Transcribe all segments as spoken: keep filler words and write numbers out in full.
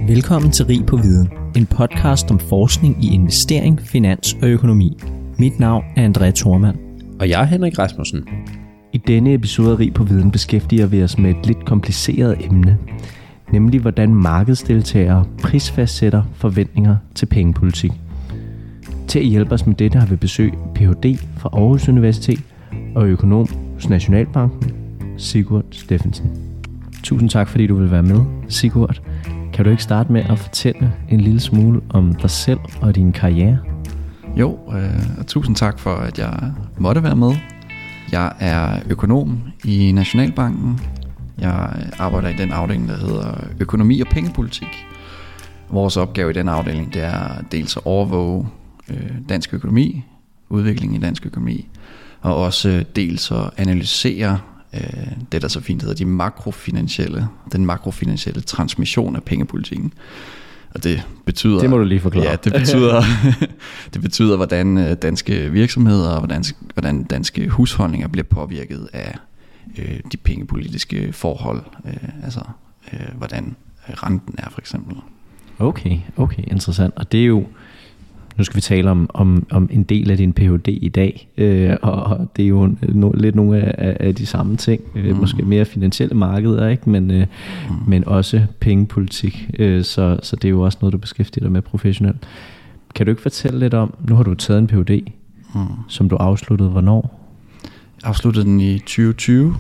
Velkommen til Rig på Viden, en podcast om forskning i investering, finans og økonomi. Mit navn er André Thormann. Og jeg er Henrik Rasmussen. I denne episode af Rig på Viden beskæftiger vi os med et lidt kompliceret emne, nemlig hvordan markedsdeltagere prisfastsætter forventninger til pengepolitik. Til at hjælpe os med dette har vi besøg P H D fra Aarhus Universitet og økonom hos Nationalbanken, Sigurd Steffensen. Tusind tak, fordi du vil være med, Sigurd. Kan du ikke starte med at fortælle en lille smule om dig selv og din karriere? Jo, øh, og tusind tak for, at jeg måtte være med. Jeg er økonom i Nationalbanken. Jeg arbejder i den afdeling, der hedder økonomi og pengepolitik. Vores opgave i den afdeling, det er dels at overvåge øh, dansk økonomi, udviklingen i dansk økonomi, og også dels at analysere det der så fint hedder de makrofinansielle, den makrofinansielle transmission af pengepolitikken. Og det betyder, det må du lige forklare. Ja, det betyder, det betyder hvordan danske virksomheder og hvordan, hvordan danske husholdninger bliver påvirket af øh, de pengepolitiske forhold. Øh, altså øh, hvordan renten er for eksempel. Okay, okay, interessant. Og det er jo, nu skal vi tale om, om, om en del af din P H D i dag, øh, og det er jo no, lidt nogle af, af de samme ting, øh, mm. måske mere finansielle markeder, ikke? Men, øh, mm. men også pengepolitik, øh, så, så det er jo også noget, du beskæftiger dig med professionelt. Kan du ikke fortælle lidt om, nu har du taget en P H D, mm. som du afsluttede hvornår? Jeg afsluttede den i tyve tyve.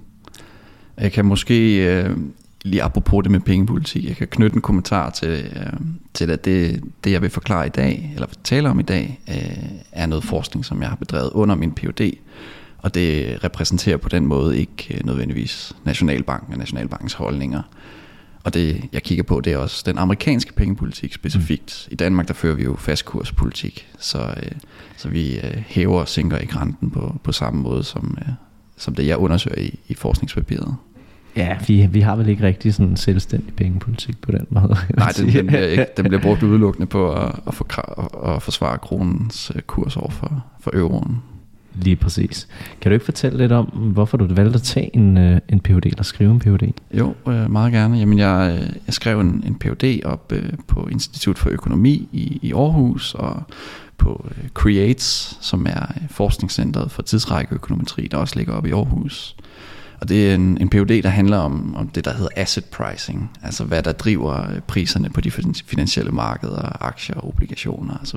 Jeg kan måske... Øh, Lige apropos det med pengepolitik, jeg kan knytte en kommentar til, øh, til at det, det jeg vil forklare i dag, eller tale om i dag, øh, er noget forskning, som jeg har bedrevet under min P H D, og det repræsenterer på den måde ikke nødvendigvis Nationalbanken og Nationalbankens holdninger. Og det jeg kigger på, det er også den amerikanske pengepolitik specifikt. I Danmark der fører vi jo fastkurspolitik, så, øh, så vi øh, hæver og sænker ikke renten på, på samme måde som, øh, som det jeg undersøger i, i forskningspapiret. Ja, vi, vi har vel ikke rigtig sådan en selvstændig pengepolitik på den måde. Nej, den, den, bliver ikke, den bliver brugt udelukkende på at, at, for, at forsvare kronens kurs over for, for euroen. Lige præcis. Kan du ikke fortælle lidt om, hvorfor du valgte at tage en, en P H D eller skrive en P H D? Jo, meget gerne. Jamen, jeg, jeg skrev en, en P H D op på Institut for Økonomi i, i Aarhus og på CREATES, som er forskningscentret for tidsrækkeøkonometri, der også ligger oppe i Aarhus. Og det er en, en P H D, der handler om, om det, der hedder asset pricing, altså hvad der driver priserne på de finansielle markeder, aktier, obligationer osv.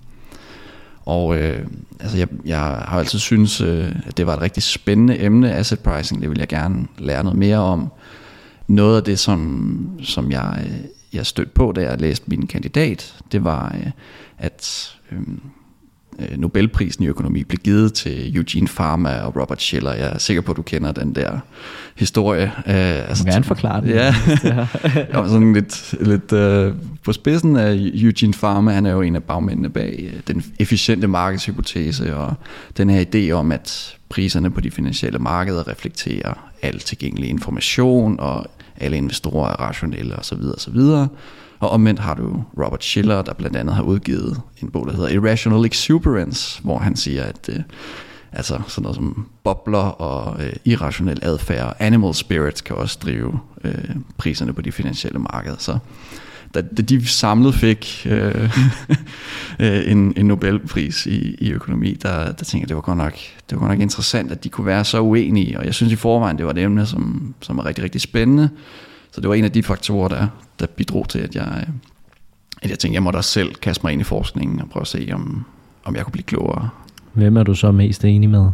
Og øh, altså jeg, jeg har altid syntes, øh, at det var et rigtig spændende emne, asset pricing. Det vil jeg gerne lære noget mere om. Noget af det, som, som jeg, jeg stødte på, da jeg læste min kandidat, det var, øh, at... Øh, Nobelprisen i økonomi blev givet til Eugene Fama og Robert Shiller. Jeg er sikker på, at du kender den der historie. Uh, altså, jeg kan forklare det. Ja, ja. Sådan lidt, lidt uh, på spidsen af Eugene Fama. Han er jo en af bagmændene bag uh, den efficiente markedshypotese og den her idé om, at priserne på de finansielle markeder reflekterer al tilgængelig information, og alle investorer er rationelle osv. osv. Og omvendt har du Robert Shiller, der blandt andet har udgivet en bog, der hedder Irrational Exuberance, hvor han siger, at øh, altså sådan noget som bobler og øh, irrationel adfærd, animal spirits kan også drive øh, priserne på de finansielle markeder. Så da, da de samlet fik øh, en, en Nobelpris i, i økonomi, der, der tænkte jeg, det var godt nok, det var godt nok interessant, at de kunne være så uenige. Og jeg synes i forvejen, det var et emne, som, som er rigtig, rigtig spændende. Så det var en af de faktorer, der, der bidrog til, at jeg, at jeg tænkte, jeg måtte også selv kaste mig ind i forskningen og prøve at se, om, om jeg kunne blive klogere. Hvem er du så mest enig med?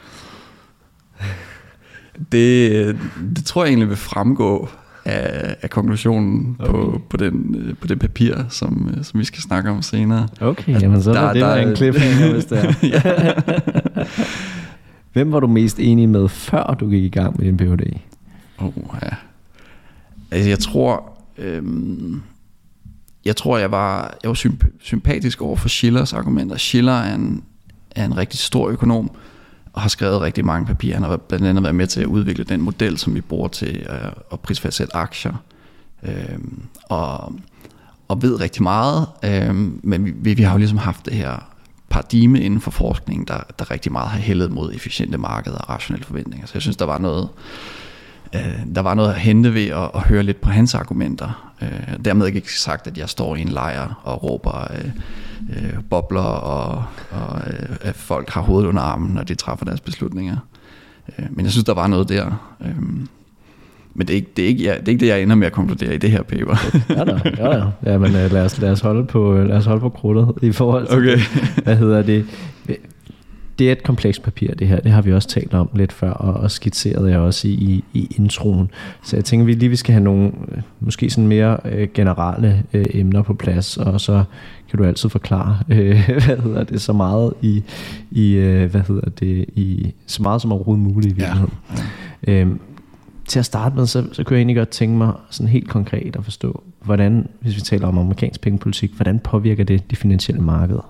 Det, det tror jeg egentlig vil fremgå af, af konklusionen okay. på, på, den, på det papir, som, som vi skal snakke om senere. Okay, altså, jamen så der, er det der, en cliffhanger, hvis det er. Hvem var du mest enig med, før du gik i gang med din P H D? Åh, oh, ja. Altså, jeg tror, øhm, jeg tror, jeg var, jeg var symp- sympatisk over for Schillers argumenter. Shiller er en, er en rigtig stor økonom og har skrevet rigtig mange papirer. Han har blandt andet været med til at udvikle den model, som vi bruger til øh, at prisfastsætte aktier, øhm, og, og ved rigtig meget. Øhm, men vi, vi har jo ligesom haft det her paradigme inden for forskningen, der, der rigtig meget har hældet mod efficiente markeder og rationelle forventninger. Så jeg synes, der var noget... Der var noget at hente ved at, at høre lidt på hans argumenter. Øh, dermed ikke sagt, at jeg står i en lejr og råber øh, øh, bobler, og, og øh, at folk har hovedet under armen, når de træffer deres beslutninger. Øh, men jeg synes, der var noget der. Øh, men det er, ikke, det, er ikke, ja, det er ikke det, jeg ender med at konkludere i det her paper. Ja, da, ja, ja. ja men lad os, lad os holde på, lad os holde på krudtet i forhold til, okay. hvad hedder det... Det er et komplekst papir, det her. Det har vi også talt om lidt før, og skitseret jeg også i, i introen. Så jeg tænker, vi lige vi skal have nogle måske sådan mere øh, generelle øh, emner på plads, og så kan du altid forklare, øh, hvad hedder det, så meget i, i øh, hvad hedder det, i så meget som overhovedet muligt i virkeligheden. Ja. Ja. Øhm, til at starte med, så, så kunne jeg egentlig godt tænke mig sådan helt konkret at forstå, hvordan, hvis vi taler om amerikansk pengepolitik, hvordan påvirker det de finansielle markeder?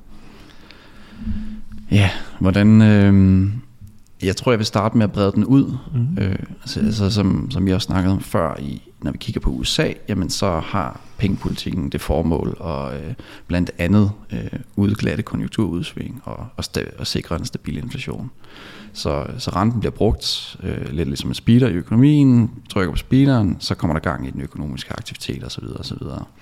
Ja, hvordan... Øh, jeg tror, jeg vil starte med at brede den ud. Mm-hmm. Øh, altså, altså, som, som jeg også snakkede om før, i, når vi kigger på U S A, jamen så har pengepolitikken det formål at øh, blandt andet øh, udglatte konjunkturudsving og, og, sta- og sikre en stabil inflation. Så, så renten bliver brugt øh, lidt ligesom en speeder i økonomien, trykker på speederen, så kommer der gang i den økonomiske aktivitet osv. osv.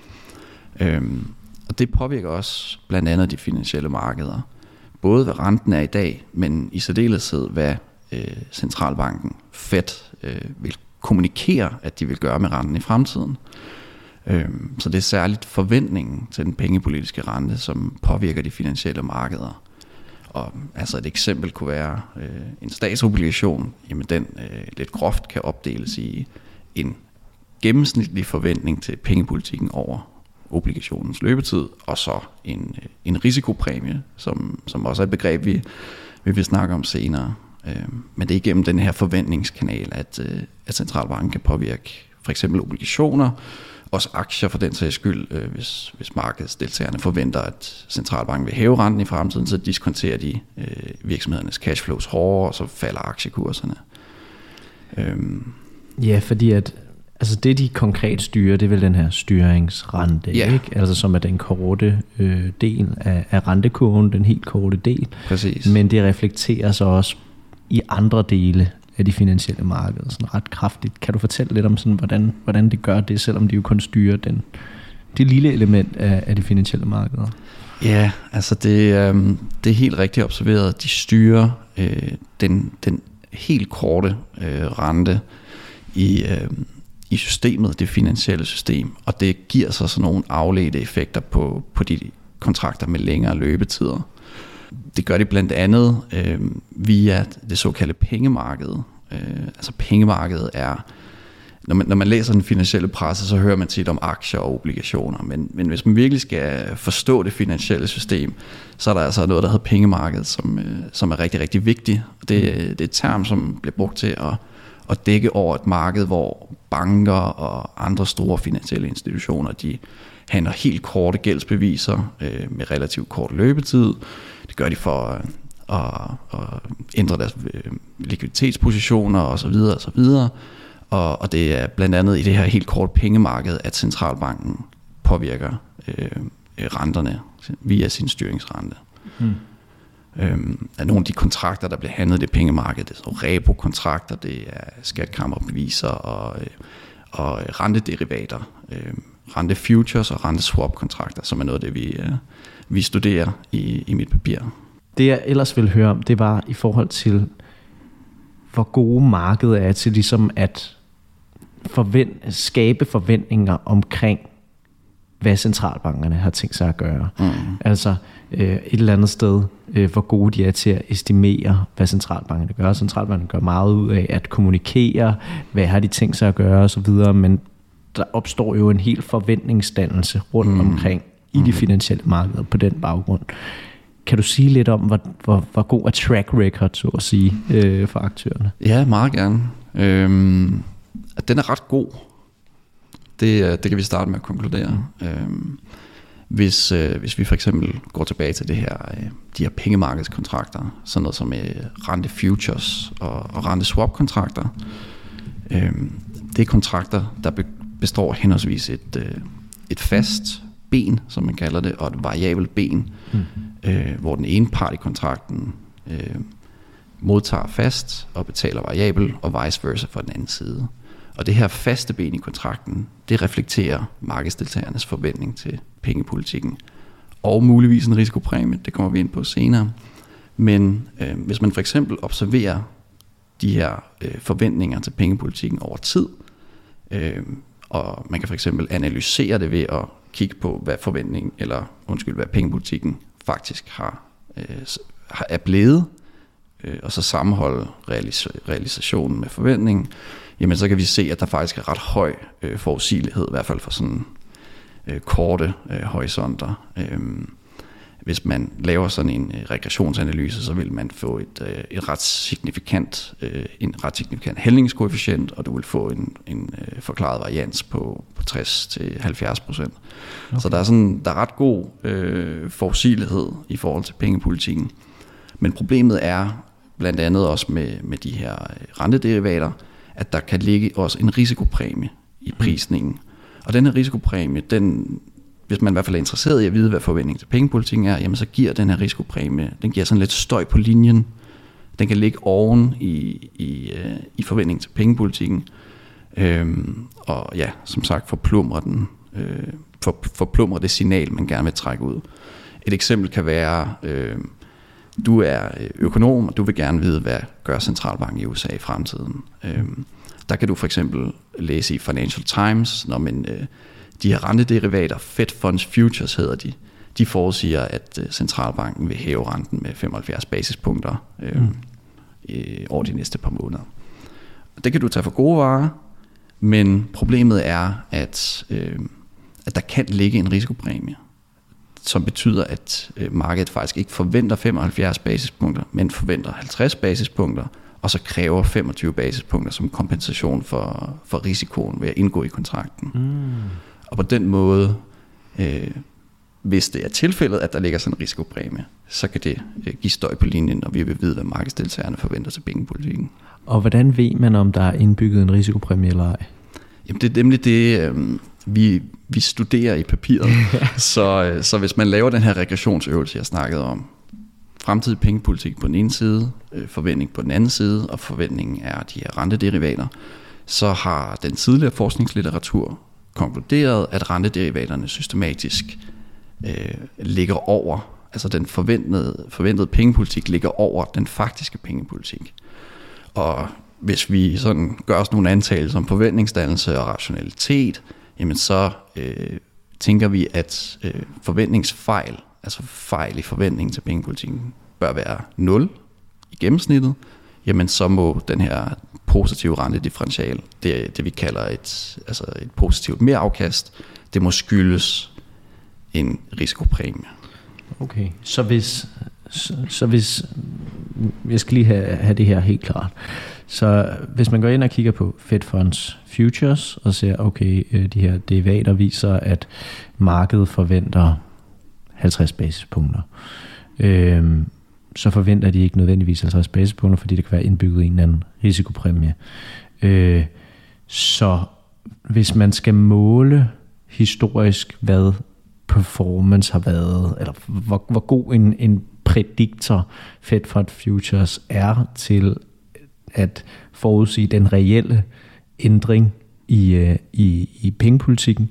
Øhm, og det påvirker også blandt andet de finansielle markeder. Både hvad renten er i dag, men i særdeleshed hvad øh, centralbanken, Fed, øh, vil kommunikere, at de vil gøre med renten i fremtiden. Øhm, så det er særligt forventningen til den pengepolitiske rente, som påvirker de finansielle markeder. Og altså et eksempel kunne være øh, en statsobligation, jamen den øh, lidt groft kan opdeles i en gennemsnitlig forventning til pengepolitikken over obligationens løbetid, og så en, en risikopræmie, som, som også er et begreb, vi, vi vil snakke om senere. Øh, men det er igennem den her forventningskanal, at, øh, at centralbanken kan påvirke for eksempel obligationer, også aktier for den sags skyld. Øh, hvis, hvis markedsdeltagerne forventer, at centralbanken vil hæve renten i fremtiden, så diskonterer de øh, virksomhedernes cashflows hårdere, og så falder aktiekurserne. Øh, ja, fordi at altså det, de konkret styrer, det er vel den her styringsrente, yeah. ikke? Altså som er den korte øh, del af, af rentekurven, den helt korte del. Præcis. Men det reflekterer så også i andre dele af de finansielle markeder, sådan ret kraftigt. Kan du fortælle lidt om, sådan, hvordan, hvordan det gør det, selvom de jo kun styrer den, det lille element af, af de finansielle markeder? Ja, altså det, øh, det er helt rigtigt observeret. De styrer øh, den, den helt korte øh, rente i... Øh, i systemet, det finansielle system, og det giver så sådan nogle afledte effekter på, på de kontrakter med længere løbetider. Det gør det blandt andet øh, via det såkaldte pengemarked. Øh, altså pengemarkedet er, når man, når man læser den finansielle presse, så hører man tit om aktier og obligationer, men, men hvis man virkelig skal forstå det finansielle system, så er der altså noget, der hedder pengemarkedet, som, øh, som er rigtig, rigtig vigtigt. Det, det er et term, som bliver brugt til at og dække over et marked, hvor banker og andre store finansielle institutioner, de handler helt korte gældsbeviser øh, med relativt kort løbetid. Det gør de for øh, at, at ændre deres øh, likviditetspositioner osv. osv. Og, og det er blandt andet i det her helt kort pengemarked, at centralbanken påvirker øh, renterne via sin styringsrente. Hmm. Øhm, af nogle af de kontrakter, der bliver handlet i det pengemarked, det er så repo-kontrakter, det er skatkammerbeviser og, og rentederivater, øh, rentefutures og renteswap-kontrakter, som er noget af det, vi, øh, vi studerer i, i mit papir. Det jeg ellers vil høre om, det var i forhold til, hvor gode markedet er til ligesom at forvent, skabe forventninger omkring, hvad centralbankerne har tænkt sig at gøre. Mm. Altså øh, et eller andet sted, øh, hvor gode de er til at estimere, hvad centralbankerne gør. Centralbankerne gør meget ud af at kommunikere, hvad har de tænkt sig at gøre osv., men der opstår jo en helt forventningsdannelse rundt mm. omkring i de finansielle markeder på den baggrund. Kan du sige lidt om, hvor, hvor, hvor god er track record, så at sige, øh, for aktørerne? Ja, meget gerne. Øhm, den er ret god. Det, det kan vi starte med at konkludere. Mm. Øhm, hvis, øh, hvis vi for eksempel går tilbage til det her, øh, de her pengemarkedskontrakter, sådan noget som øh, rentefutures og, og renteswap-kontrakter, øh, det er kontrakter, der be, består henholdsvis et, øh, et fast ben, som man kalder det, og et variabelt ben, mm. øh, hvor den ene part i kontrakten øh, modtager fast og betaler variabel, og vice versa fra den anden side. Og det her faste ben i kontrakten, det reflekterer markedsdeltagernes forventning til pengepolitikken. Og muligvis en risikopræmie, det kommer vi ind på senere. Men øh, hvis man for eksempel observerer de her øh, forventninger til pengepolitikken over tid, øh, og man kan for eksempel analysere det ved at kigge på, hvad forventningen, eller undskyld, hvad pengepolitikken faktisk har, øh, har er blevet, øh, og så sammenholde realis- realisationen med forventningen, jamen så kan vi se, at der faktisk er ret høj øh, forudsigelighed, i hvert fald for sådan øh, korte øh, horisonter. Øh, Hvis man laver sådan en øh, regressionsanalyse, så vil man få et, øh, et ret signifikant, øh, en ret signifikant hældningskoefficient, og du vil få en, en øh, forklaret varians på, på tres til halvfjerds procent. Okay. Så der er, sådan, der er ret god øh, forudsigelighed i forhold til pengepolitikken. Men problemet er blandt andet også med, med de her rentederivater, at der kan ligge også en risikopræmie i prisningen. Og den her risikopræmie, den... Hvis man i hvert fald er interesseret i at vide, hvad forventningen til pengepolitikken er, jamen så giver den her risikopræmie, den giver sådan lidt støj på linjen. Den kan ligge oven i, i, i forventningen til pengepolitikken. Øhm, og ja, som sagt, forplumrer, den, øh, for, forplumrer det signal, man gerne vil trække ud. Et eksempel kan være, øh, du er økonom, og du vil gerne vide, hvad gør centralbanken i U S A i fremtiden. Øhm, der kan du for eksempel læse i Financial Times, når man... Øh, De her rentederivater, Fed Funds Futures hedder de, de forudsiger, at centralbanken vil hæve renten med femoghalvfjerds basispunkter øh, mm. øh, over de næste par måneder. Det kan du tage for gode varer, men problemet er, at, øh, at der kan ligge en risikopræmie, som betyder, at øh, markedet faktisk ikke forventer femoghalvfjerds basispunkter, men forventer halvtreds basispunkter, og så kræver femogtyve basispunkter som kompensation for, for risikoen ved at indgå i kontrakten. Mm. Og på den måde, øh, hvis det er tilfældet, at der ligger sådan en risikopræmie, så kan det øh, give støj på linjen, og vi vil vide, hvad markedsdeltagerne forventer til pengepolitikken. Og hvordan ved man, om der er indbygget en risikopræmie eller ej? Jamen det er nemlig det, øh, vi, vi studerer i papiret. så, øh, så hvis man laver den her regressionsøvelse, jeg snakkede om, fremtidig pengepolitik på den ene side, øh, forventning på den anden side, og forventningen er de her rentederivater, så har den tidligere forskningslitteratur konkluderet, at rentederivaterne systematisk øh, ligger over, altså den forventede, forventede pengepolitik ligger over den faktiske pengepolitik. Og hvis vi sådan gør os nogle antagelser om forventningsdannelse og rationalitet, jamen så øh, tænker vi, at øh, forventningsfejl, altså fejl i forventningen til pengepolitikken, bør være nul i gennemsnittet, jamen så må den her positive rentedifferential, det, det vi kalder et, altså et positivt merafkast, det må skyldes en risikopræmie. Okay, så hvis, så, så hvis, jeg skal lige have, have det her helt klart, så hvis man går ind og kigger på Fed Funds Futures og ser, okay, de her derivater viser, at markedet forventer halvtreds basispunkter, øhm, så forventer de ikke nødvendigvis halvtreds basispunkter, fordi det kan være indbygget i en eller anden risikopræmie. Øh, så hvis man skal måle historisk, hvad performance har været, eller hvor, hvor god en, en prediktor Fed Fund Futures er til at forudsige den reelle ændring i, i, i pengepolitikken,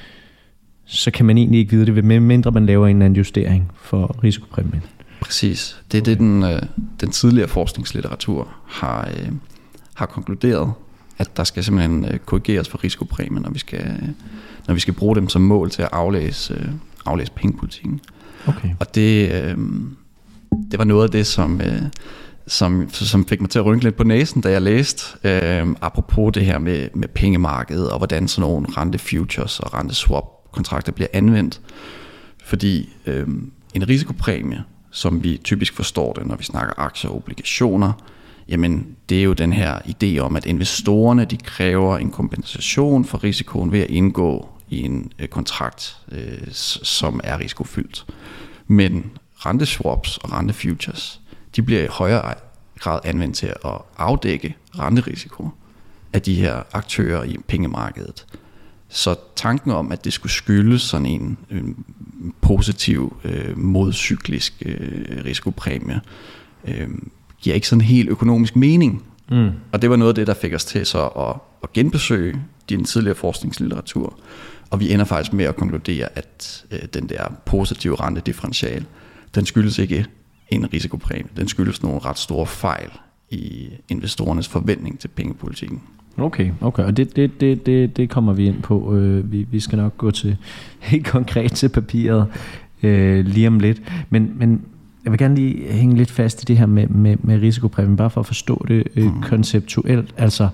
så kan man egentlig ikke vide det, medmindre man laver en eller anden justering for risikopræmien. Præcis. Det er det, den, øh, den tidligere forskningslitteratur har, øh, har konkluderet, at der skal simpelthen øh, korrigeres for risikopræmien, når vi skal, øh, når vi skal bruge dem som mål til at aflæse, øh, aflæse pengepolitikken. Okay. Og det, øh, det var noget af det, som, øh, som, som fik mig til at rynke lidt på næsen, da jeg læste, øh, apropos det her med, med pengemarkedet, og hvordan sådan nogle rentefutures og renteswap-kontrakter bliver anvendt. Fordi øh, en risikopræmie, som vi typisk forstår det, når vi snakker aktier og obligationer, jamen det er jo den her idé om, at investorerne de kræver en kompensation for risikoen ved at indgå i en øh, kontrakt, øh, som er risikofyldt. Men renteswaps og rentefutures, de bliver i højere grad anvendt til at afdække renterisiko af de her aktører i pengemarkedet. Så tanken om, at det skulle skyldes sådan en, en positiv øh, modcyklisk øh, risikopræmie, øh, giver ikke sådan helt økonomisk mening. Mm. Og det var noget af det, der fik os til så at, at genbesøge din tidligere forskningslitteratur, og vi ender faktisk med at konkludere, at øh, den der positive rentedifferential, den skyldes ikke en risikopræmie, den skyldes nogle ret store fejl i investorernes forventning til pengepolitikken. Okay, okay, og det, det, det, det, det kommer vi ind på. Øh, vi, vi skal nok gå til helt konkret til papiret øh, lige om lidt, men, men jeg vil gerne lige hænge lidt fast i det her med, med, med risikopræmien, bare for at forstå det øh, mm. konceptuelt. Altså,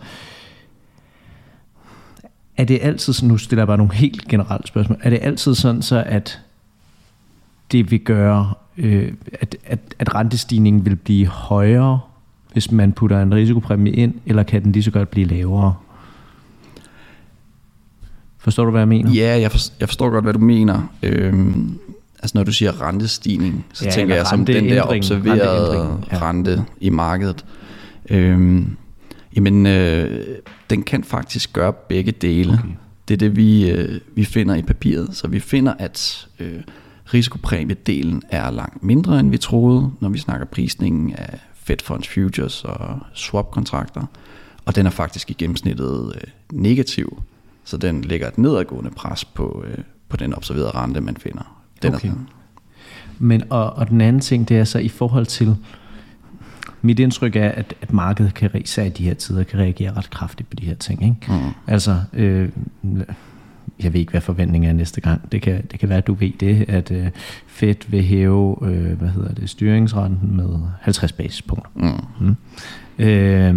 er det altid sådan, nu stiller jeg bare nogle helt generelle spørgsmål, er det altid sådan så, at det vil gøre, øh, at, at, at rentestigningen vil blive højere, hvis man putter en risikopræmie ind, eller kan den lige så godt blive lavere? Forstår du, hvad jeg mener? Ja, jeg forstår, jeg forstår godt, hvad du mener. Øhm, altså når du siger rentestigning, så ja, tænker jeg som den der observerede ja. rente i markedet. Øhm, jamen, øh, den kan faktisk gøre begge dele. Okay. Det er det, vi, øh, vi finder i papiret. Så vi finder, at øh, risikopræmiedelen er langt mindre, end vi troede, når vi snakker prisningen af Fed Funds Futures og swap-kontrakter. Og den er faktisk i gennemsnittet øh, negativ. Så den lægger et nedadgående pres på, øh, på den observerede rente, man finder. Den okay. Men, og, og den anden ting, det er så i forhold til, mit indtryk er, at, at markedet kan, især i de her tider, kan reagere ret kraftigt på de her ting. Ikke? Mm. Altså, øh, jeg ved ikke, hvad forventningen er næste gang. Det kan, det kan være, at du ved det, at øh, Fed vil hæve øh, hvad hedder det, styringsrenten med halvtreds basispunkter. Mm. Mm. Øh,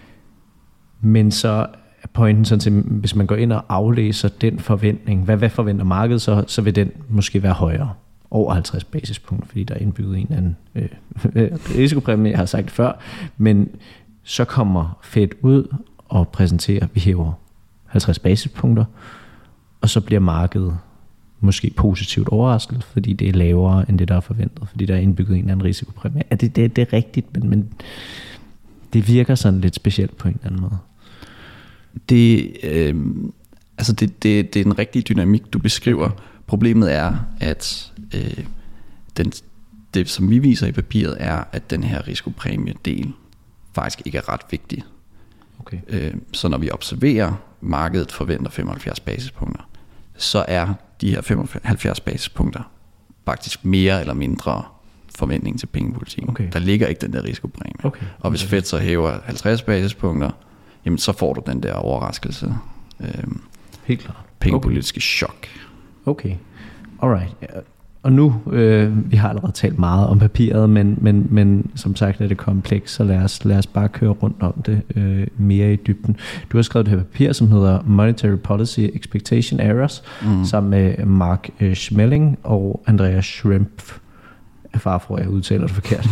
men så er pointen sådan, at hvis man går ind og aflæser den forventning, hvad, hvad forventer markedet, så, så vil den måske være højere. Over halvtreds basispunkter, fordi der er indbygget en eller anden øh, risikopræmie, jeg har sagt det før, men så kommer Fed ud og præsenterer, at vi hæver halvtreds basispunkter, og så bliver markedet måske positivt overrasket, fordi det er lavere end det, der er forventet, fordi der er indbygget en eller anden risikopræmie. Ja, det, det, det er rigtigt, men, men det virker sådan lidt specielt på en eller anden måde. Det, øh, altså det, det, det er en rigtig dynamik, du beskriver. Problemet er, at øh, den, det, som vi viser i papiret, er, at den her risikopræmie-del faktisk ikke er ret vigtig. Okay. Øh, så når vi observerer, markedet forventer femoghalvfjerds basispunkter, så er de her femoghalvfjerds basispunkter faktisk mere eller mindre forventning til pengepolitikken. Okay. Der ligger ikke den der risikopræmie. Okay. Og hvis Fed så hæver halvtreds basispunkter, jamen så får du den der overraskelse. Øh, Helt klart. Pengepolitiske okay. chok. Okay, alright. Og nu, øh, vi har allerede talt meget om papiret, men, men, men som sagt er det kompleks, så lad os, lad os bare køre rundt om det øh, mere i dybden. Du har skrevet det her papir, som hedder Monetary Policy Expectation Errors, mm. sammen med Mark øh, Schmeling og Andreas Schrempf. Far for, jeg udtaler det forkert.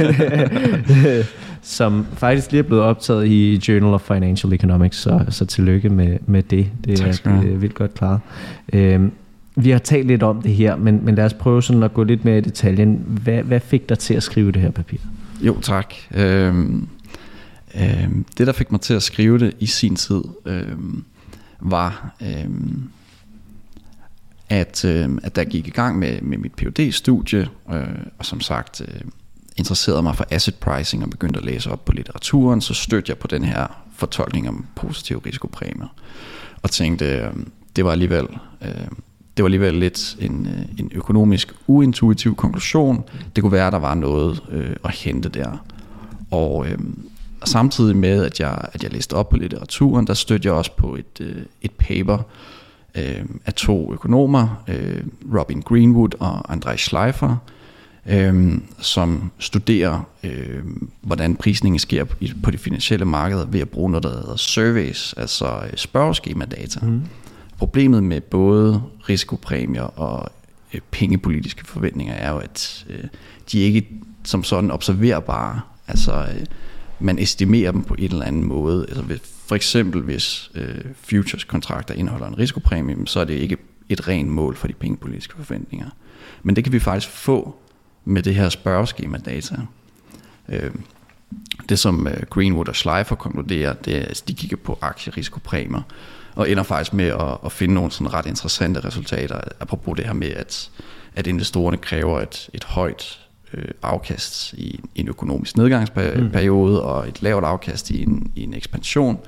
Som faktisk lige er blevet optaget i Journal of Financial Economics, så, så tillykke med, med det. Det er, det er vildt godt klaret. Øhm, vi har talt lidt om det her, men, men lad os prøve sådan at gå lidt mere i detaljen. Hvad, hvad fik dig til at skrive det her papir? Jo, tak. Øhm, øhm, det, der fik mig til at skrive det i sin tid, øhm, var... Øhm, At, øh, at der gik i gang med, med mit P H D-studie, øh, og som sagt øh, interesserede mig for asset pricing og begyndte at læse op på litteraturen, så stødte jeg på den her fortolkning om positive risikopræmier, og tænkte, øh, det var alligevel, øh, det var alligevel lidt en, øh, en økonomisk uintuitiv konklusion. Det kunne være, at der var noget øh, at hente der. Og øh, samtidig med, at jeg, at jeg læste op på litteraturen, der stødte jeg også på et, øh, et paper, af to økonomer, Robin Greenwood og Andreas Schleifer, som studerer, hvordan prisningen sker på de finansielle markeder ved at bruge noget, der hedder surveys, altså spørgeskema-data. Mm. Problemet med både risikopræmier og pengepolitiske forventninger er jo, at de ikke som sådan observerbare. Altså, man estimerer dem på en eller anden måde. Altså, for eksempel hvis øh, futures-kontrakter indeholder en risikopræmie, så er det ikke et rent mål for de pengepolitiske forventninger. Men det kan vi faktisk få med det her spørgeskema-data. Øh, det som øh, Greenwood og Schleifer konkluderer, det er, at de kigger på aktierisikopræmier, og ender faktisk med at, at finde nogle sådan ret interessante resultater, apropos det her med, at, at investorerne kræver et, et højt afkast i en økonomisk nedgangsperiode mm. og et lavt afkast i en, i en ekspansion.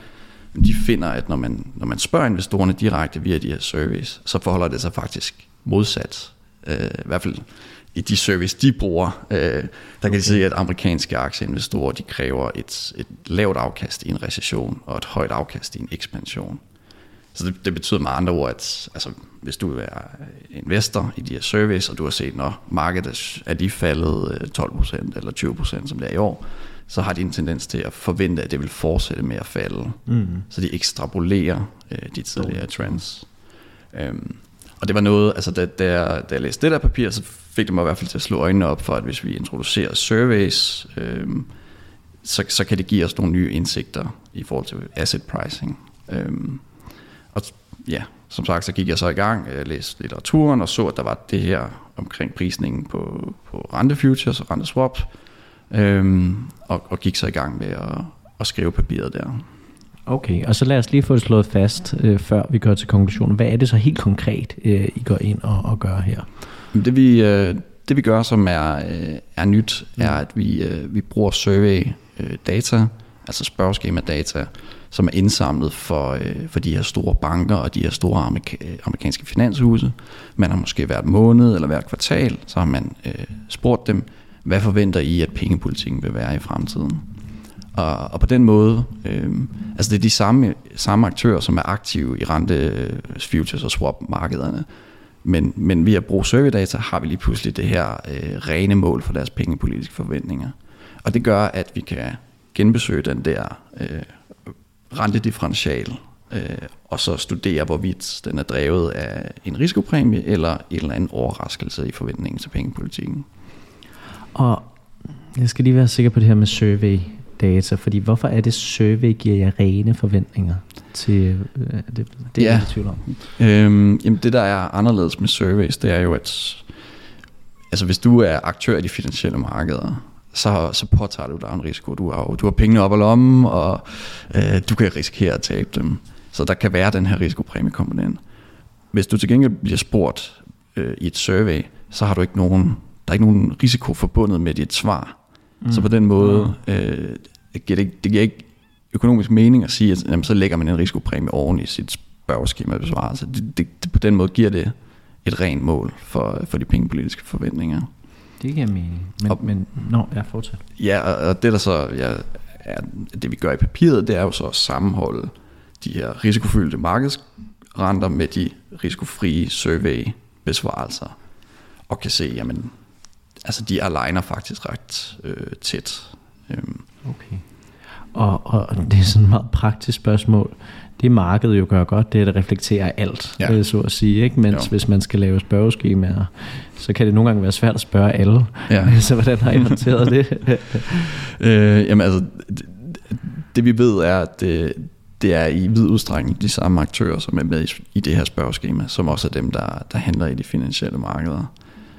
Men de finder, at når man, når man spørger investorerne direkte via de her surveys, så forholder det sig faktisk modsat. Øh, I hvert fald i de surveys, de bruger, øh, der kan okay. de se, at amerikanske aktieinvestorer, de kræver et, et lavt afkast i en recession, og et højt afkast i en ekspansion. Så det, det betyder med andre ord, at altså, hvis du er investor i de her surveys, og du har set, når markedet er de faldet tolv procent eller tyve procent, som det er i år, så har de en tendens til at forvente, at det vil fortsætte med at falde. Mm. Så de ekstrapolerer øh, de tidligere trends. Um, og det var noget, altså da, da, jeg, da jeg læste det der papir, så fik det mig i hvert fald til at slå øjnene op for, at hvis vi introducerer surveys, øh, så, så kan det give os nogle nye indsigter i forhold til asset pricing. Um, og ja, som sagt, så gik jeg så i gang, jeg læste litteraturen og så, at der var det her omkring prisningen på, på rentefutures og renteswaps, øhm, og, og gik så i gang med at, at skrive papiret der. Okay, og så lad os lige få det slået fast, øh, før vi går til konklusionen. Hvad er det så helt konkret, øh, I går ind og, og gør her? Det vi, øh, det vi gør, som er, øh, er nyt, mm. er, at vi, øh, vi bruger survey øh, data, altså spørgeskema data, som er indsamlet for, øh, for de her store banker og de her store amerika- amerikanske finanshuse. Man har måske hvert måned eller hvert kvartal, så har man øh, spurgt dem, hvad forventer I, at pengepolitikken vil være i fremtiden? Og, og på den måde, øh, altså det er de samme, samme aktører, som er aktive i rente, futures og swap-markederne, men, men ved at bruge surveydata har vi lige pludselig det her øh, rene mål for deres pengepolitiske forventninger. Og det gør, at vi kan genbesøge den der øh, rentedifferential, øh, og så studere, hvorvidt den er drevet af en risikopræmie eller en eller anden overraskelse i forventningen til pengepolitikken. Og jeg skal lige være sikker på det her med survey-data, fordi hvorfor er det, survey giver jer rene forventninger til øh, det? Det er ja. jeg i tvivl om. Øhm, jamen det, der er anderledes med surveys, det er jo, at altså, hvis du er aktør i de finansielle markeder, så, så påtager du dig en risiko. Du har, du har pengene op ad lommen, og øh, du kan risikere at tabe dem. Så der kan være den her risikopræmiekomponent. Hvis du til gengæld bliver spurgt øh, i et survey, så har du ikke nogen, der er ikke nogen risiko forbundet med dit svar. Mm. Så på den måde, øh, det, giver det, det giver ikke økonomisk mening at sige, at jamen, så lægger man en risikopræmie oven i sit spørgeskema besvarelse. Det, det, det, på den måde giver det et rent mål for, for de pengepolitiske forventninger. Det giver mening, men, og, men nå, jeg fortsætter. Ja, og, og det der så ja, er, det vi gør i papiret, det er jo så at sammenholde de her risikofyldte markedsrenter med de risikofrie survey-besvarelser, og kan se, jamen, altså de aligner faktisk ret øh, tæt. Øhm. Okay. Og, og det er sådan et meget praktisk spørgsmål. Det markedet jo gør godt, det er at reflektere alt, ja. så at sige, ikke? Mens jo. Hvis man skal lave spørgeskemaer, så kan det nogle gange være svært at spørge alle. Ja. Så hvordan har I håndteret det? øh, jamen altså, det, det vi ved er, at det, det er i vid udstrækning de samme aktører, som er med i, i det her spørgeskema, som også er dem, der, der handler i de finansielle markeder.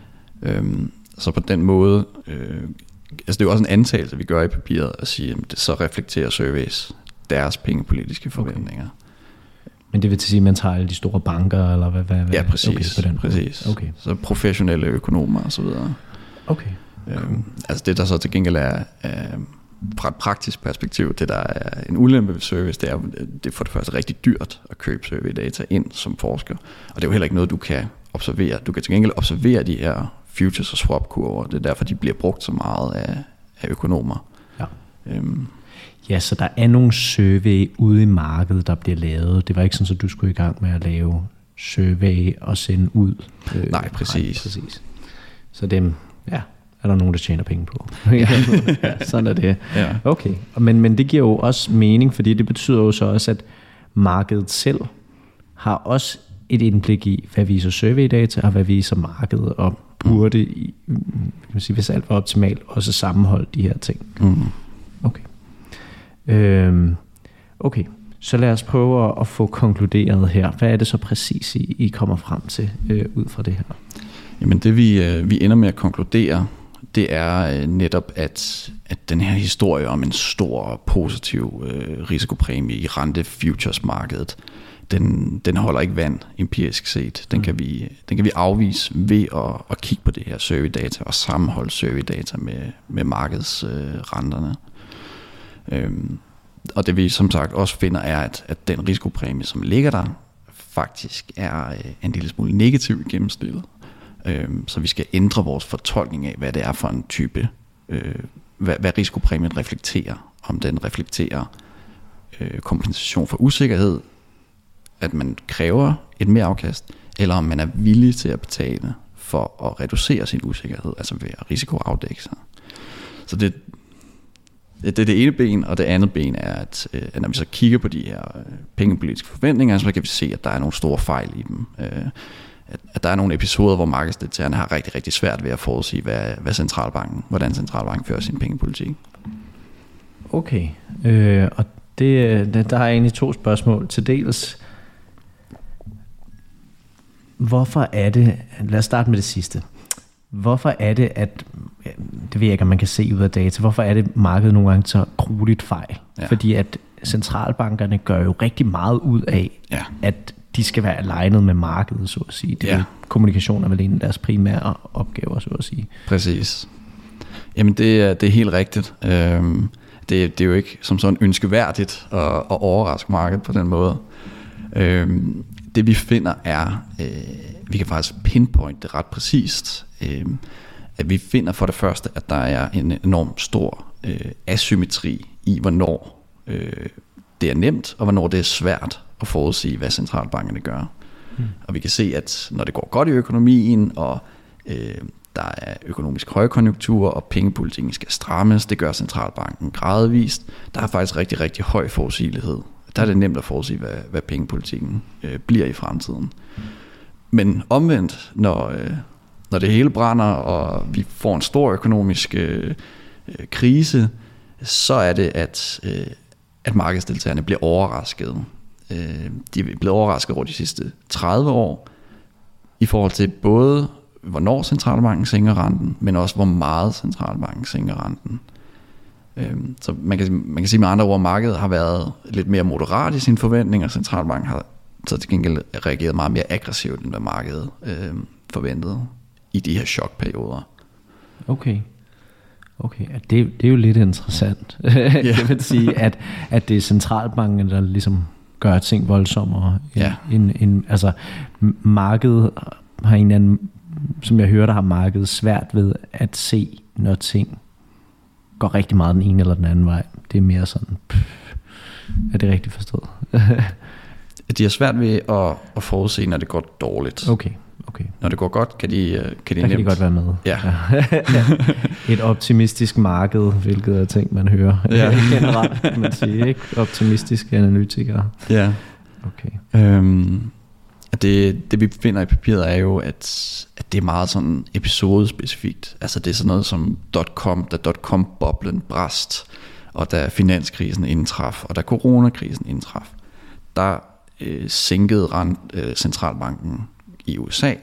Øhm, så på den måde, øh, altså det er jo også en antagelse, vi gør i papiret, at sige, at det så reflekterer surveys deres pengepolitiske forventninger. Okay. Men det vil til sige, at man tager alle de store banker, eller hvad? hvad ja, præcis. Okay, på den præcis. Okay. Så professionelle økonomer og så videre. Okay. Øhm, altså det, der så til gengæld er, øh, fra et praktisk perspektiv, det der er en ulempe ved service, det er, det er for det første rigtig dyrt at købe surveydata ind som forsker. Og det er jo heller ikke noget, du kan observere. Du kan til gengæld observere de her futures og swap-kurver. Det er derfor, de bliver brugt så meget af, af økonomer. Ja. Øhm, Ja, så der er nogle survey ude i markedet, der bliver lavet. Det var ikke sådan, at du skulle i gang med at lave survey og sende ud. Nej, præcis. Nej, præcis. Så dem, ja, er der nogen, der tjener penge på. Ja. Ja, sådan er det. Ja. Okay, men, men det giver jo også mening, fordi det betyder jo så også, at markedet selv har også et indblik i, hvad viser surveydata, og hvad viser markedet, og burde, i, kan man sige, hvis alt var optimalt, også sammenholde de her ting. Mm. Okay. Øhm, okay, så lad os prøve at, at få konkluderet her. Hvad er det så præcis, I, I kommer frem til øh, ud fra det her? Jamen det vi, øh, vi ender med at konkludere, det er øh, netop, at, at den her historie om en stor positiv øh, risikopræmie i rente-futures-markedet, den, den holder ikke vand empirisk set. Den, mm. kan, vi, den kan vi afvise ved at, at kigge på det her surveydata og sammenholde surveydata med, med markedsrenterne. Øh, Øhm, og det vi som sagt også finder er, at, at den risikopræmie, som ligger der, faktisk er øh, en lille smule negativ i gennemsnittet. Øh, så vi skal ændre vores fortolkning af, hvad det er for en type, øh, hvad, hvad risikopræmien reflekterer. Om den reflekterer øh, kompensation for usikkerhed, at man kræver et mere afkast, eller om man er villig til at betale for at reducere sin usikkerhed, altså ved at risikoafdække sig. Så det, det er det ene ben, og det andet ben er, at, at når vi så kigger på de her pengepolitiske forventninger, så kan vi se, at der er nogle store fejl i dem. At, at der er nogle episoder, hvor markedsdeltagerne har rigtig, rigtig svært ved at forudsige, hvad, hvad centralbanken, hvordan centralbanken fører sin pengepolitik. Okay, øh, og det, der er egentlig to spørgsmål. Til dels, hvorfor er det, lad os starte med det sidste. Hvorfor er det, at, det ved jeg ikke, om man kan se ud af data, hvorfor er det, markedet nogle gange tager grueligt fejl? Ja. Fordi at centralbankerne gør jo rigtig meget ud af, ja. at de skal være alignet med markedet, så at sige. Det er ja. kommunikation er vel en af deres primære opgaver, så at sige. Præcis. Jamen det er, det er helt rigtigt. Øhm, det, det er jo ikke som sådan ønskeværdigt at, at overraske markedet på den måde. Øhm, det vi finder er, øh, vi kan faktisk pinpointe det ret præcist, øh, at vi finder for det første, at der er en enorm stor øh, asymmetri i, hvornår øh, det er nemt, og hvornår det er svært at forudsige, hvad centralbankerne gør. Mm. Og vi kan se, at når det går godt i økonomien, og øh, der er økonomisk højkonjunktur, og pengepolitikken skal strammes, det gør centralbanken gradvist. Der er faktisk rigtig, rigtig høj forudsigelighed. Der er det nemt at forudsige, hvad, hvad pengepolitikken øh, bliver i fremtiden. Men omvendt, når, øh, når det hele brænder, og vi får en stor økonomisk øh, øh, krise, så er det, at, øh, at markedsdeltagerne bliver overrasket. Øh, de er blevet overrasket over de sidste tredive år, i forhold til både, hvornår centralbanken sænker renten, men også, hvor meget centralbanken sænker renten. Så man kan, man kan sige med andre ord, at markedet har været lidt mere moderat i sine forventninger, og centralbanken har så til gengæld reageret meget mere aggressivt, end hvad markedet øh, forventede i de her chokperioder. Okay, okay. Det, det er jo lidt interessant. Yeah. Det vil sige, at, at det er centralbanken, der ligesom gør ting voldsommere. Yeah. End, end, altså markedet har en anden, som jeg hørte, har markedet svært ved at se, når ting går rigtig meget den ene eller den anden vej. Det er mere sådan, pff, er det rigtigt forstået? De har svært ved at, at forudse, når det går dårligt. Okay, okay. Når det går godt, kan de, kan de Der nemt. kan de godt være med. Ja. Ja. Et optimistisk marked, hvilket er ting, man hører ja. generelt, kan man sige, ikke? Optimistiske analytikere. Ja. Okay. Øhm, det, det vi finder i papiret er jo, at, at det er meget sådan episodespecifikt. Altså det er sådan noget som dot-com, da dot-com-boblen brast, og da finanskrisen indtraf, og da coronakrisen indtraf, der øh, sænkede rent, øh, centralbanken i U S A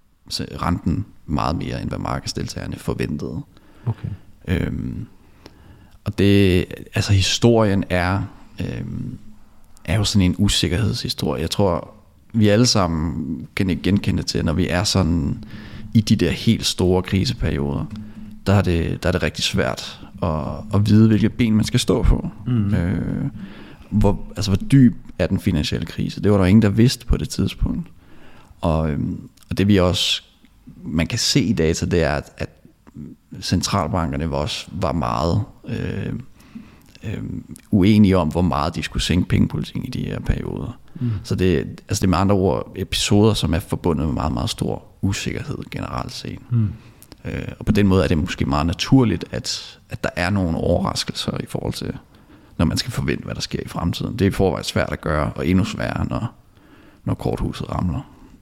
renten meget mere, end hvad markedsdeltagerne forventede. Okay. Øhm, og det, altså historien er, øhm, er jo sådan en usikkerhedshistorie. Jeg tror, vi alle sammen kan genkende til, når vi er sådan i de der helt store kriseperioder, der er det, der er det rigtig svært at, at vide, hvilket ben man skal stå på. Mm. Øh, hvor, altså, hvor dyb er den finansielle krise? Det var der ingen, der vidste på det tidspunkt. Og, øhm, og det vi også, man kan se i data, det er, at, at centralbankerne var også var meget øh, øh, uenige om, hvor meget de skulle sænke pengepolitikken i de her perioder. Mm. Så det, altså det er med andre ord episoder, som er forbundet med meget, meget stor usikkerhed generelt set. Mm. Øh, og på den måde er det måske meget naturligt, at, at der er nogle overraskelser i forhold til, når man skal forvente, hvad der sker i fremtiden. Det er i forvejen svært at gøre, og endnu sværere, når, når korthuset ramler.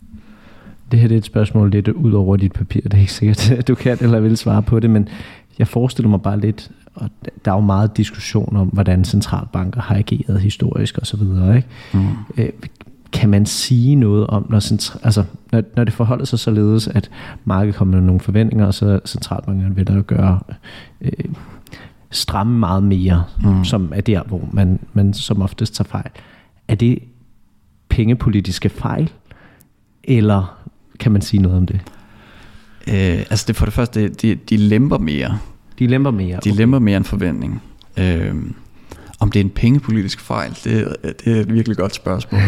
Det her det er et spørgsmål lidt ud over dit papir. Det er ikke sikkert, at du kan eller vil svare på det, men jeg forestiller mig bare lidt, og der er jo meget diskussion om, hvordan centralbanker har ageret historisk og så videre, ikke? Mm. Øh, kan man sige noget om, når, centra- altså, når, når det forholder sig således, at markedet kommer med nogle forventninger, og så centralbankerne vil der gøre øh, stramme meget mere, mm. som er der, hvor man, man som oftest tager fejl. Er det pengepolitiske fejl, eller kan man sige noget om det? Øh, altså det for det første, de, de lemper mere. De lemper mere. De okay. lemper mere end forventning. Øh, Om det er en pengepolitisk fejl, det, det er et virkelig godt spørgsmål.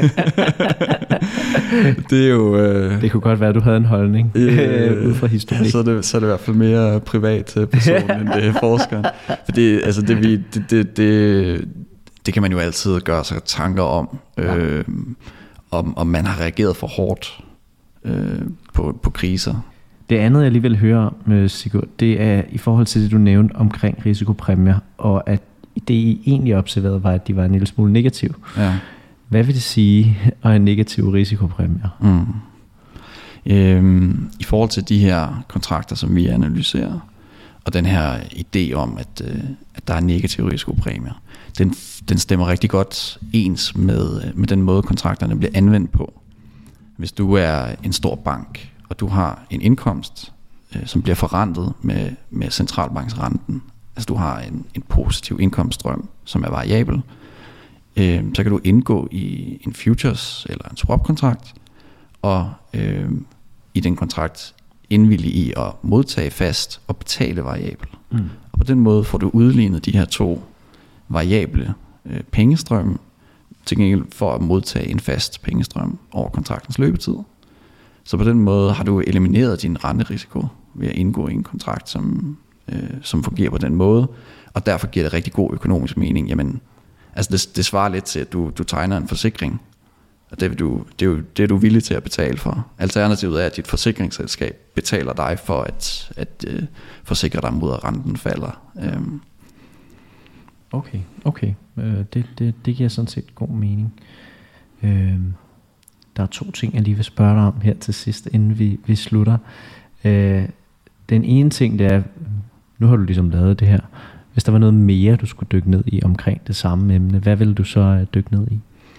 Det er jo... Øh, det kunne godt være, at du havde en holdning øh, ud fra historik. Så er, det, så er det i hvert fald mere privat person, end det er forskeren. For det, altså det, vi, det, det, det, det kan man jo altid gøre sig tanker om, øh, ja. om, om man har reageret for hårdt øh, på, på kriser. Det andet, jeg lige vil høre om, Sigurd, det er i forhold til det, du nævnte omkring risikopræmier, og at det, I egentlig observerede, var, at de var en lille smule negative. Ja. Hvad vil det sige at have negative risikopræmier? Mm. Øhm, I forhold til de her kontrakter, som vi analyserer, og den her idé om, at, øh, at der er negative risikopræmier, den, den stemmer rigtig godt ens med, med den måde, kontrakterne bliver anvendt på. Hvis du er en stor bank, og du har en indkomst, øh, som bliver forrentet med, med centralbanksrenten, altså du har en, en positiv indkomststrøm, som er variabel, øh, så kan du indgå i en futures eller en swap-kontrakt, og øh, i den kontrakt indvillige i at modtage fast og betale variabel. Mm. Og på den måde får du udlignet de her to variable øh, pengestrømme, til gengæld for at modtage en fast pengestrøm over kontraktens løbetid. Så på den måde har du elimineret din renterisiko ved at indgå i en kontrakt, som, øh, som fungerer på den måde, og derfor giver det rigtig god økonomisk mening. Jamen, altså det, det svarer lidt til, at du, du tegner en forsikring, og det, vil du, det, er jo, det er du villig til at betale for. Alternativet er, at dit forsikringsselskab betaler dig for at, at øh, forsikre dig mod, at renten falder. Øhm. Okay, okay. Øh, det, det, det giver sådan set god mening. Øh, der er to ting, jeg lige vil spørge dig om her til sidst, inden vi, vi slutter. Øh, den ene ting, det er, nu har du ligesom lavet det her, hvis der var noget mere, du skulle dykke ned i omkring det samme emne, hvad ville du så dykke ned i?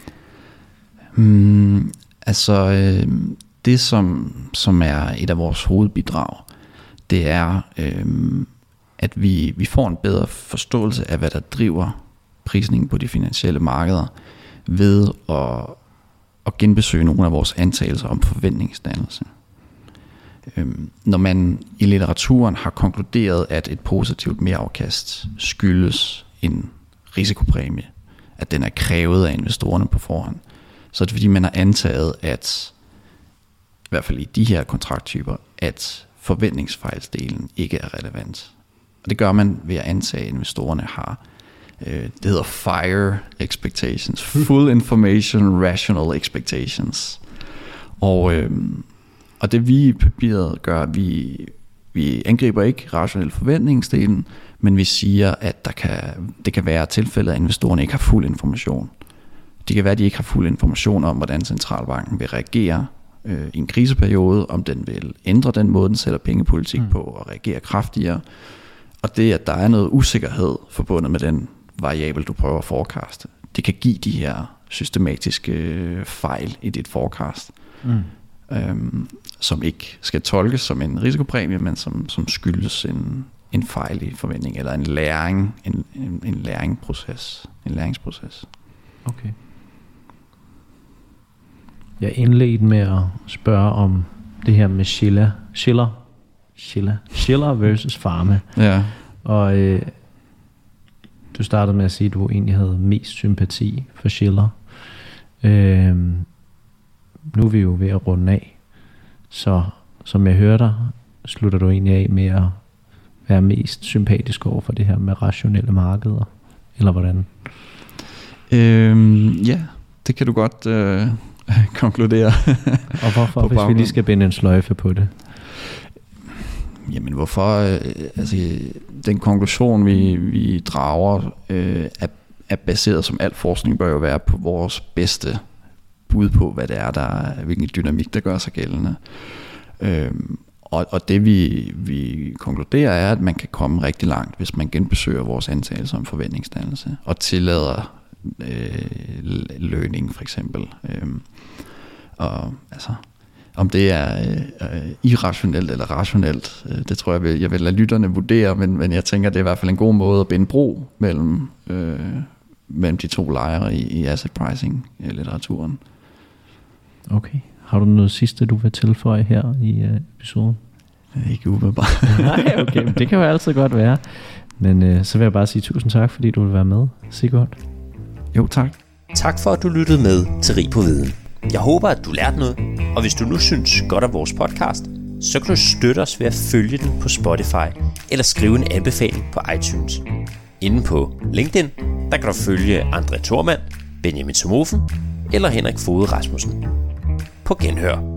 Hmm, altså øh, det som, som er et af vores hovedbidrag, det er øh, at vi, vi får en bedre forståelse af, hvad der driver prisningen på de finansielle markeder, ved at, at genbesøge nogle af vores antagelser om forventningsdannelse. Øh, når man i litteraturen har konkluderet, at et positivt merafkast skyldes en risikopræmie, at den er krævet af investorerne på forhånd, så er det fordi, man har antaget, at i hvert fald i de her kontrakttyper, at forventningsfejlsdelen ikke er relevant. Og det gør man ved at antage, at investorerne har, øh, det hedder FIRE expectations, Full Information Rational Expectations. Og, øh, og det vi i papiret gør, vi, vi angriber ikke rationel forventningsdelen, men vi siger, at der kan, det kan være tilfælde, at investorerne ikke har fuld information. Det kan være, at de ikke har fuld information om, hvordan centralbanken vil reagere øh, i en kriseperiode, om den vil ændre den måde, den sætter pengepolitik mm. på og reagere kraftigere. Og det, at der er noget usikkerhed forbundet med den variabel, du prøver at forecaste, det kan give de her systematiske øh, fejl i dit forecast, mm. øhm, som ikke skal tolkes som en risikopræmie, men som, som skyldes en, en fejl i forventning, eller en læring, en, en, en læringsproces, en læringsproces. Okay. Jeg indledte med at spørge om det her med Schiller, Schiller, Schiller, Schiller versus Pharma. Ja. Og øh, du startede med at sige, at du egentlig havde mest sympati for Schiller. Øh, nu er vi jo ved at runde af. Så som jeg hører dig, slutter du egentlig af med at være mest sympatisk over for det her med rationelle markeder, eller hvordan? Øhm, ja, det kan du godt øh, konkludere. Og hvorfor, hvis vi lige skal binde en sløjfe på det? Jamen hvorfor? Øh, altså, den konklusion, vi, vi drager, øh, er, er baseret, som al forskning bør jo være, på vores bedste bud på, hvad det er, der, hvilken dynamik, der gør sig gældende. Øh, og, og det vi, vi konkluderer er, at man kan komme rigtig langt, hvis man genbesøger vores antagelser om forventningsdannelse, og tillader øh, learning for eksempel. Øh, og altså... Om det er øh, irrationelt eller rationelt, øh, det tror jeg, vil, jeg vil lade lytterne vurdere, men, men jeg tænker, det er i hvert fald en god måde at binde bro mellem, øh, mellem de to lejre i, i asset pricing i litteraturen. Okay. Har du noget sidste, du vil tilføje her i øh, episoden? Ikke umiddelbart. Nej, okay, men det kan jo altid godt være. Men øh, så vil jeg bare sige tusind tak, fordi du vil være med, Sigurd. Jo, tak. Tak for, at du lyttede med til Rig på Viden. Jeg håber, at du lærte noget, og hvis du nu synes godt om vores podcast, så kan du støtte os ved at følge den på Spotify, eller skrive en anbefaling på iTunes. Inde på LinkedIn, der kan du følge André Thormand, Benjamin Somofen eller Henrik Foged Rasmussen. På genhør.